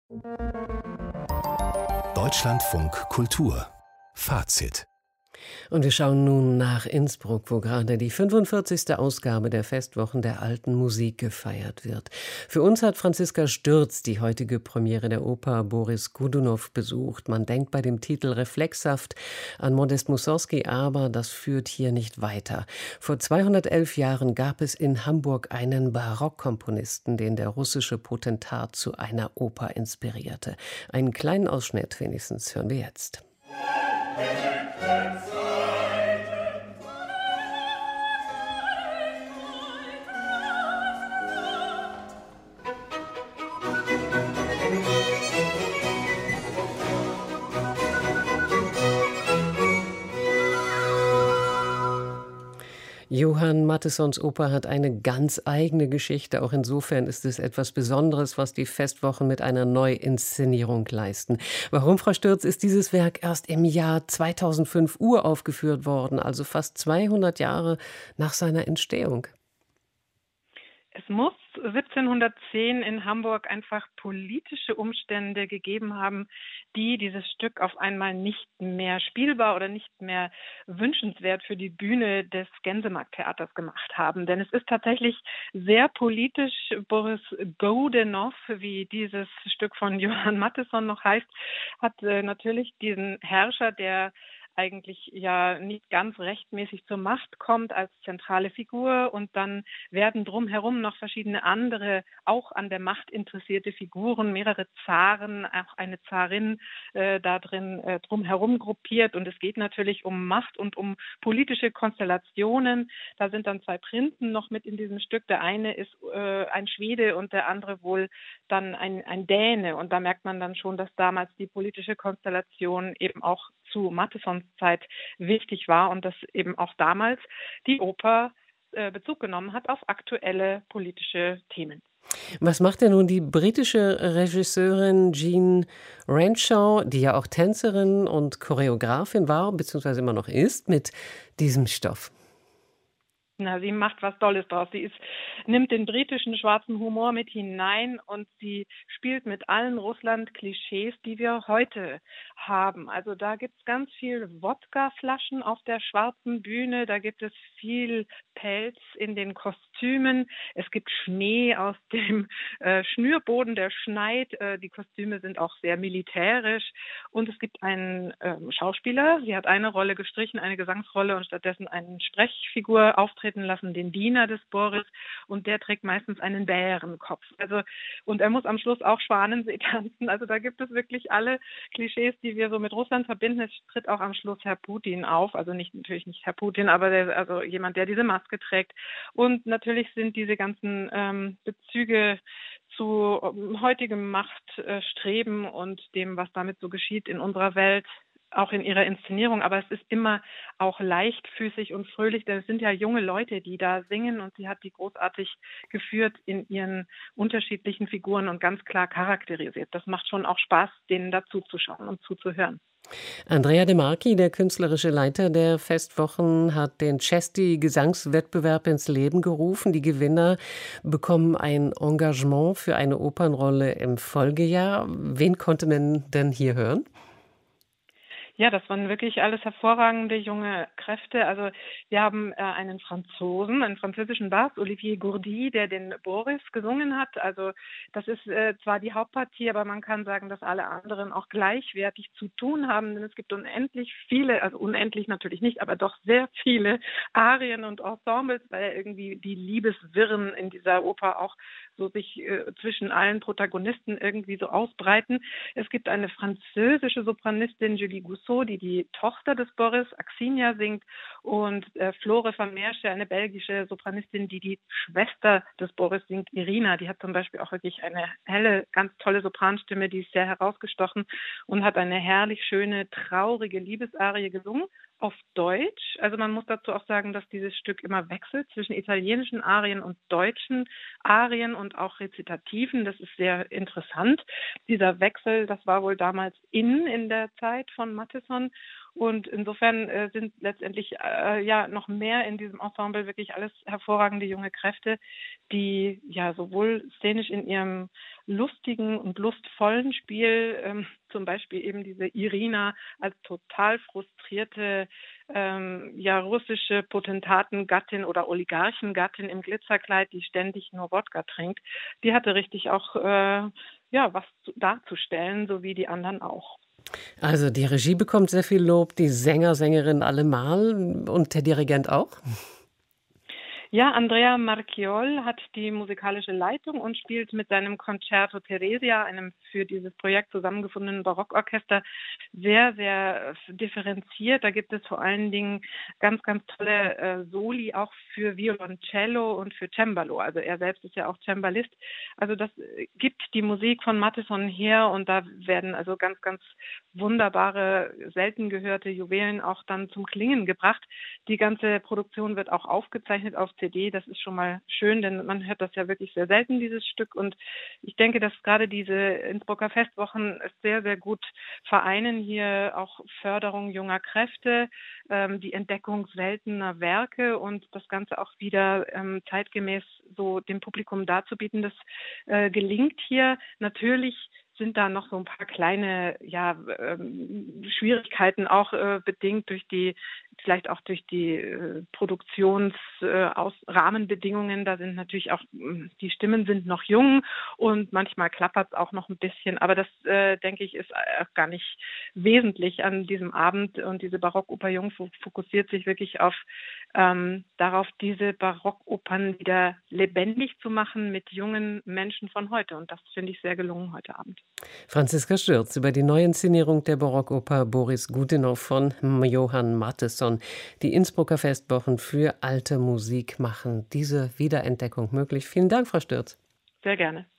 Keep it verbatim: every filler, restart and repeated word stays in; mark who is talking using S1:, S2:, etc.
S1: Deutschlandfunk Kultur Fazit.
S2: Und wir schauen nun nach Innsbruck, wo gerade die fünfundvierzigste Ausgabe der Festwochen der alten Musik gefeiert wird. Für uns hat Franziska Stürz die heutige Premiere der Oper Boris Godunow besucht. Man denkt bei dem Titel reflexhaft an Modest Mussorgsky, aber das führt hier nicht weiter. Vor zweihundertelf Jahren gab es in Hamburg einen Barockkomponisten, den der russische Potentat zu einer Oper inspirierte. Einen kleinen Ausschnitt wenigstens hören wir jetzt. Johann Matthessons Oper hat eine ganz eigene Geschichte. Auch insofern ist es etwas Besonderes, was die Festwochen mit einer Neuinszenierung leisten. Warum, Frau Stürz, ist dieses Werk erst im Jahr zweitausendfünf uraufgeführt worden, also fast zweihundert Jahre nach seiner Entstehung?
S3: Es muss siebzehnhundertzehn in Hamburg einfach politische Umstände gegeben haben, die dieses Stück auf einmal nicht mehr spielbar oder nicht mehr wünschenswert für die Bühne des Gänsemarkttheaters gemacht haben. Denn es ist tatsächlich sehr politisch. Boris Godunow, wie dieses Stück von Johann Matthesson noch heißt, hat äh, natürlich diesen Herrscher, der eigentlich ja nicht ganz rechtmäßig zur Macht kommt als zentrale Figur, und dann werden drumherum noch verschiedene andere, auch an der Macht interessierte Figuren, mehrere Zaren, auch eine Zarin äh, da drin äh, drumherum gruppiert, und es geht natürlich um Macht und um politische Konstellationen. Da sind dann zwei Prinzen noch mit in diesem Stück. Der eine ist äh, ein Schwede und der andere wohl dann ein, ein Däne, und da merkt man dann schon, dass damals die politische Konstellation eben auch zu Matthessons Zeit wichtig war und dass eben auch damals die Oper äh, Bezug genommen hat auf aktuelle politische Themen.
S2: Was macht denn nun die britische Regisseurin Jean Renshaw, die ja auch Tänzerin und Choreografin war, beziehungsweise immer noch ist, mit diesem Stoff?
S3: Na, sie macht was Tolles draus. Sie ist, nimmt den britischen schwarzen Humor mit hinein und sie spielt mit allen Russland-Klischees, die wir heute haben. Also da gibt es ganz viel Wodkaflaschen auf der schwarzen Bühne, da gibt es viel Pelz in den Kostümen, es gibt Schnee aus dem äh, Schnürboden, der schneit, äh, die Kostüme sind auch sehr militärisch, und es gibt einen äh, Schauspieler, sie hat eine Rolle gestrichen, eine Gesangsrolle, und stattdessen eine Sprechfigur auftreten lassen, den Diener des Boris, und der trägt meistens einen Bärenkopf. Also, und er muss am Schluss auch Schwanensee tanzen. Also da gibt es wirklich alle Klischees, die wir so mit Russland verbinden. Es tritt auch am Schluss Herr Putin auf, also nicht natürlich nicht Herr Putin, aber der, also jemand, der diese Maske trägt. Und natürlich sind diese ganzen ähm, Bezüge zu ähm, heutigem Machtstreben und dem, was damit so geschieht in unserer Welt, auch in ihrer Inszenierung, aber es ist immer auch leichtfüßig und fröhlich, denn es sind ja junge Leute, die da singen, und sie hat die großartig geführt in ihren unterschiedlichen Figuren und ganz klar charakterisiert. Das macht schon auch Spaß, denen dazu zu schauen und zuzuhören.
S2: Andrea De Marchi, der künstlerische Leiter der Festwochen, hat den Cesti-Gesangswettbewerb ins Leben gerufen. Die Gewinner bekommen ein Engagement für eine Opernrolle im Folgejahr. Wen konnte man denn hier hören?
S3: Ja, das waren wirklich alles hervorragende junge Kräfte. Also wir haben äh, einen Franzosen, einen französischen Bass, Olivier Gourdy, der den Boris gesungen hat. Also das ist äh, zwar die Hauptpartie, aber man kann sagen, dass alle anderen auch gleichwertig zu tun haben, denn es gibt unendlich viele, also unendlich natürlich nicht, aber doch sehr viele Arien und Ensembles, weil irgendwie die Liebeswirren in dieser Oper auch so sich äh, zwischen allen Protagonisten irgendwie so ausbreiten. Es gibt eine französische Sopranistin, Julie Gousseau, die die Tochter des Boris, Axinia, singt, und äh, Flore van Meersche, eine belgische Sopranistin, die die Schwester des Boris singt, Irina. Die hat zum Beispiel auch wirklich eine helle, ganz tolle Sopranstimme, die ist sehr herausgestochen und hat eine herrlich schöne, traurige Liebesarie gesungen. Auf Deutsch. Also man muss dazu auch sagen, dass dieses Stück immer wechselt zwischen italienischen Arien und deutschen Arien und auch Rezitativen. Das ist sehr interessant. Dieser Wechsel, das war wohl damals in in der Zeit von Matthesson. Und insofern äh, sind letztendlich äh, ja noch mehr in diesem Ensemble wirklich alles hervorragende junge Kräfte, die ja sowohl szenisch in ihrem lustigen und lustvollen Spiel, ähm, zum Beispiel eben diese Irina als total frustrierte ähm, ja russische Potentatengattin oder Oligarchengattin im Glitzerkleid, die ständig nur Wodka trinkt, die hatte richtig auch äh, ja was zu, darzustellen, so wie die anderen auch.
S2: Also die Regie bekommt sehr viel Lob, die Sänger, Sängerin allemal und der Dirigent auch?
S3: Ja, Andrea Marchiol hat die musikalische Leitung und spielt mit seinem Concerto Theresia, einem für dieses Projekt zusammengefundenen Barockorchester, sehr, sehr differenziert. Da gibt es vor allen Dingen ganz, ganz tolle äh, Soli, auch für Violoncello und für Cembalo. Also er selbst ist ja auch Cembalist. Also das gibt die Musik von Matheson her und da werden also ganz, ganz wunderbare, selten gehörte Juwelen auch dann zum Klingen gebracht. Die ganze Produktion wird auch aufgezeichnet auf C D, das ist schon mal schön, denn man hört das ja wirklich sehr selten, dieses Stück. Und ich denke, dass gerade diese Innsbrucker Festwochen es sehr, sehr gut vereinen. Hier auch Förderung junger Kräfte, ähm, die Entdeckung seltener Werke und das Ganze auch wieder ähm, zeitgemäß so dem Publikum darzubieten. Das äh, gelingt hier. Natürlich sind da noch so ein paar kleine ja, ähm, Schwierigkeiten auch äh, bedingt durch die, vielleicht auch durch die äh, Produktionsrahmenbedingungen. Äh, da sind natürlich auch, die Stimmen sind noch jung und manchmal klappert es auch noch ein bisschen. Aber das, äh, denke ich, ist auch gar nicht wesentlich an diesem Abend. Und diese Barockoper Jung fokussiert sich wirklich auf ähm, darauf, diese Barockopern wieder lebendig zu machen mit jungen Menschen von heute. Und das finde ich sehr gelungen heute Abend.
S2: Franziska Stürz über die Neuinszenierung der Barockoper Boris Godunov von Johann Mattheson. Die Innsbrucker Festwochen für alte Musik machen diese Wiederentdeckung möglich. Vielen Dank, Frau Stürz.
S3: Sehr gerne.